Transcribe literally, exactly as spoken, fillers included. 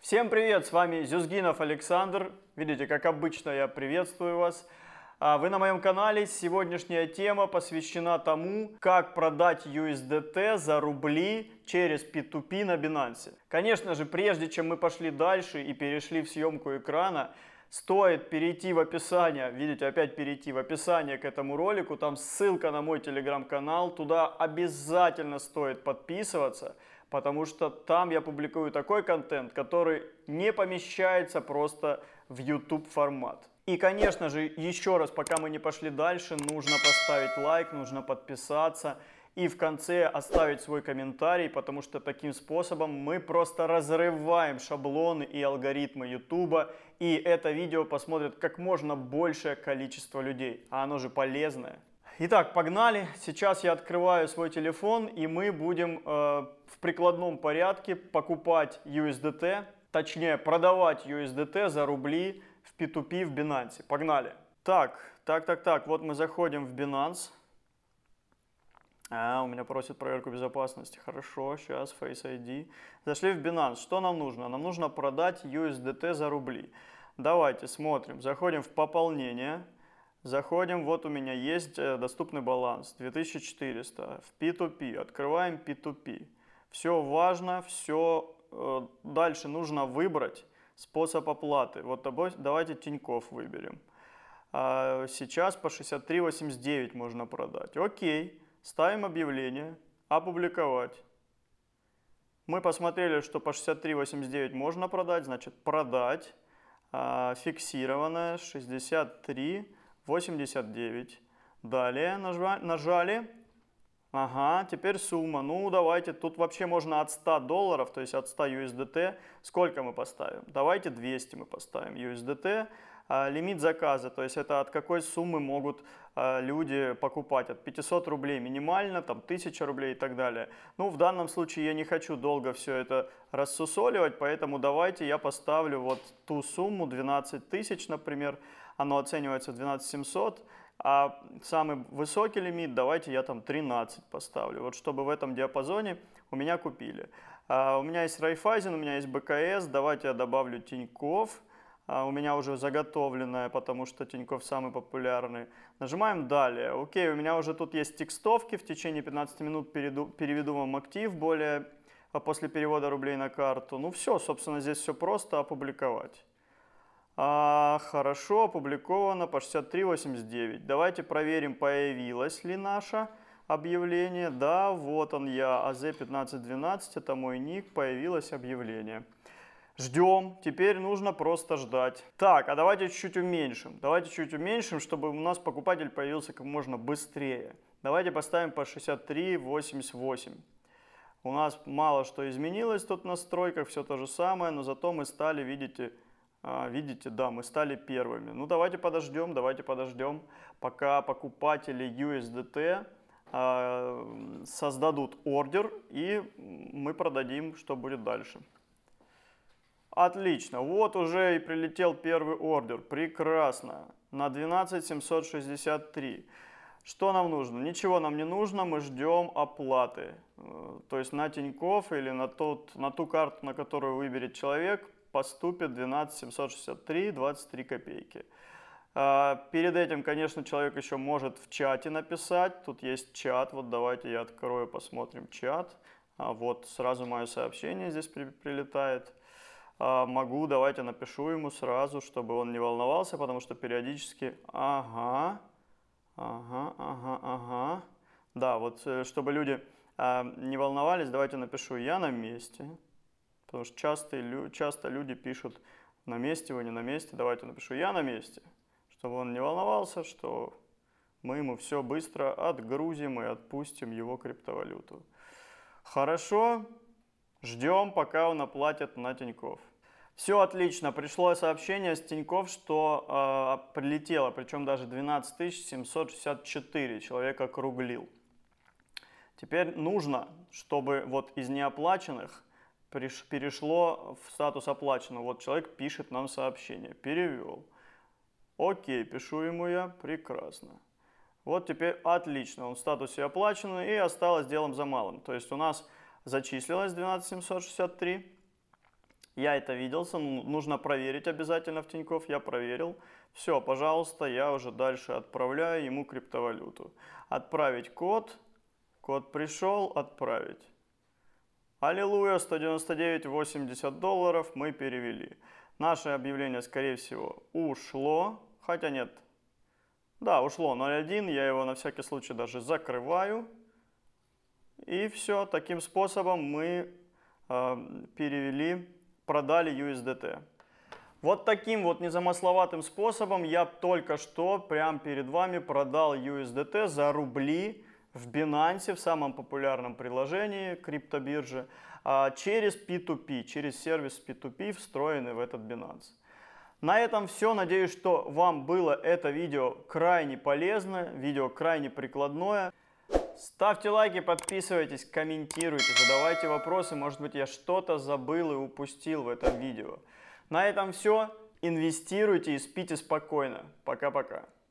Всем привет, с вами Зюзгинов Александр. Видите, как обычно я приветствую вас. Вы на моем канале. Сегодняшняя тема посвящена тому, как продать ю эс ди ти за рубли через пи ту пи на Binance. Конечно же, прежде чем мы пошли дальше и перешли в съемку экрана, стоит перейти в описание, видите, опять перейти в описание к этому ролику, там ссылка на мой телеграм-канал, туда обязательно стоит подписываться, потому что там я публикую такой контент, который не помещается просто в YouTube формат. И, конечно же, еще раз, пока мы не пошли дальше, нужно поставить лайк, нужно подписаться и в конце оставить свой комментарий, потому что таким способом мы просто разрываем шаблоны и алгоритмы YouTube, и это видео посмотрит как можно большее количество людей, а оно же полезное. Итак, погнали. Сейчас я открываю свой телефон, и мы будем э, в прикладном порядке покупать ю эс ди ти, точнее продавать ю эс ди ти за рубли в пи ту пи в Binance. Погнали. Так, так, так, так. Вот мы заходим в Binance. А, у меня просит проверку безопасности. Хорошо, сейчас Face ай ди. Зашли в Binance. Что нам нужно? Нам нужно продать ю эс ди ти за рубли. Давайте смотрим. Заходим в пополнение. Заходим, вот у меня есть доступный баланс две тысячи четыреста в пи ту пи. Открываем пи ту пи. Все важно, все. Дальше нужно выбрать способ оплаты. Вот давайте Тинькофф выберем. Сейчас по шестьдесят три восемьдесят девять можно продать. Окей. Ставим объявление. Опубликовать. Мы посмотрели, что по шестьдесят три восемьдесят девять можно продать. Значит, продать. Фиксированное шестьдесят три восемьдесят девять. Далее нажали. Ага, теперь сумма. Ну, давайте, тут вообще можно от ста долларов, то есть от ста ю эс ди ти. Сколько мы поставим? Давайте двести мы поставим ю эс ди ти. А, лимит заказа, то есть это от какой суммы могут а, люди покупать. От пятисот рублей минимально, там тысяча рублей и так далее. Ну, в данном случае я не хочу долго все это рассусоливать, поэтому давайте я поставлю вот ту сумму, двенадцать тысяч, например. Оно оценивается двенадцать тысяч семьсот, а самый высокий лимит давайте я там тринадцать поставлю, вот чтобы в этом диапазоне у меня купили. А, у меня есть Райфайзен, у меня есть бэ ка эс, давайте я добавлю Тинькофф, а, у меня уже заготовленное, потому что Тинькофф самый популярный. Нажимаем далее. Окей, у меня уже тут есть текстовки, в течение пятнадцати минут перейду, переведу вам актив более после перевода рублей на карту. Ну все, собственно, здесь все просто, опубликовать. А, хорошо, опубликовано по шестьдесят три восемьдесят девять. Давайте проверим, появилось ли наше объявление. Да, вот он я, а зэ пятнадцать двенадцать, это мой ник, появилось объявление. Ждем, теперь нужно просто ждать. Так, а давайте чуть-чуть уменьшим. Давайте чуть уменьшим, чтобы у нас покупатель появился как можно быстрее. Давайте поставим по шестьдесят три восемьдесят восемь. У нас мало что изменилось тут в настройках, все то же самое, но зато мы стали, видите... Видите, да, мы стали первыми. Ну, давайте подождем, давайте подождем, пока покупатели ю эс ди ти э, создадут ордер, и мы продадим, что будет дальше. Отлично, вот уже и прилетел первый ордер, прекрасно, на двенадцать тысяч семьсот шестьдесят три. Что нам нужно? Ничего нам не нужно, мы ждем оплаты. То есть на Тинькофф или на, тот, на ту карту, на которую выберет человек, поступит двенадцать тысяч семьсот шестьдесят три двадцать три копейки. Перед этим, конечно, человек еще может в чате написать. Тут есть чат. Вот давайте я открою, посмотрим чат. Вот сразу мое сообщение здесь при, прилетает. Могу, давайте напишу ему сразу, чтобы он не волновался, потому что периодически... Ага, ага, ага, ага. Да, вот чтобы люди не волновались, давайте напишу «Я на месте». Потому что часто, часто люди пишут «на месте вы, не на месте». Давайте напишу «я на месте», чтобы он не волновался, что мы ему все быстро отгрузим и отпустим его криптовалюту. Хорошо, ждем, пока он оплатит на Тинькофф. Все отлично, пришло сообщение с Тинькофф, что э, прилетело, причем даже двенадцать тысяч семьсот шестьдесят четыре, человек округлил. Теперь нужно, чтобы вот из неоплаченных перешло в статус оплачено. Вот человек пишет нам сообщение. Перевел. Окей, пишу ему я. Прекрасно. Вот теперь отлично. Он в статусе оплачено и осталось делом за малым. То есть у нас зачислилось двенадцать тысяч семьсот шестьдесят три. Я это видел, нужно проверить обязательно в Тинькофф, я проверил. Все, пожалуйста, я уже дальше отправляю ему криптовалюту. Отправить код, код пришел, отправить. Аллилуйя, сто девяносто девять восемьдесят долларов мы перевели. Наше объявление, скорее всего, ушло, хотя нет. Да, ушло ноль один, я его на всякий случай даже закрываю. И все, таким способом мы э, перевели, продали ю эс ди ти. Вот таким вот незамысловатым способом я только что прямо перед вами продал ю эс ди ти за рубли в Binance, в самом популярном приложении криптобиржи, через пи ту пи, через сервис пи ту пи, встроенный в этот Binance. На этом все. Надеюсь, что вам было это видео крайне полезно, видео крайне прикладное. Ставьте лайки, подписывайтесь, комментируйте, задавайте вопросы. Может быть, я что-то забыл и упустил в этом видео. На этом все. Инвестируйте и спите спокойно. Пока-пока.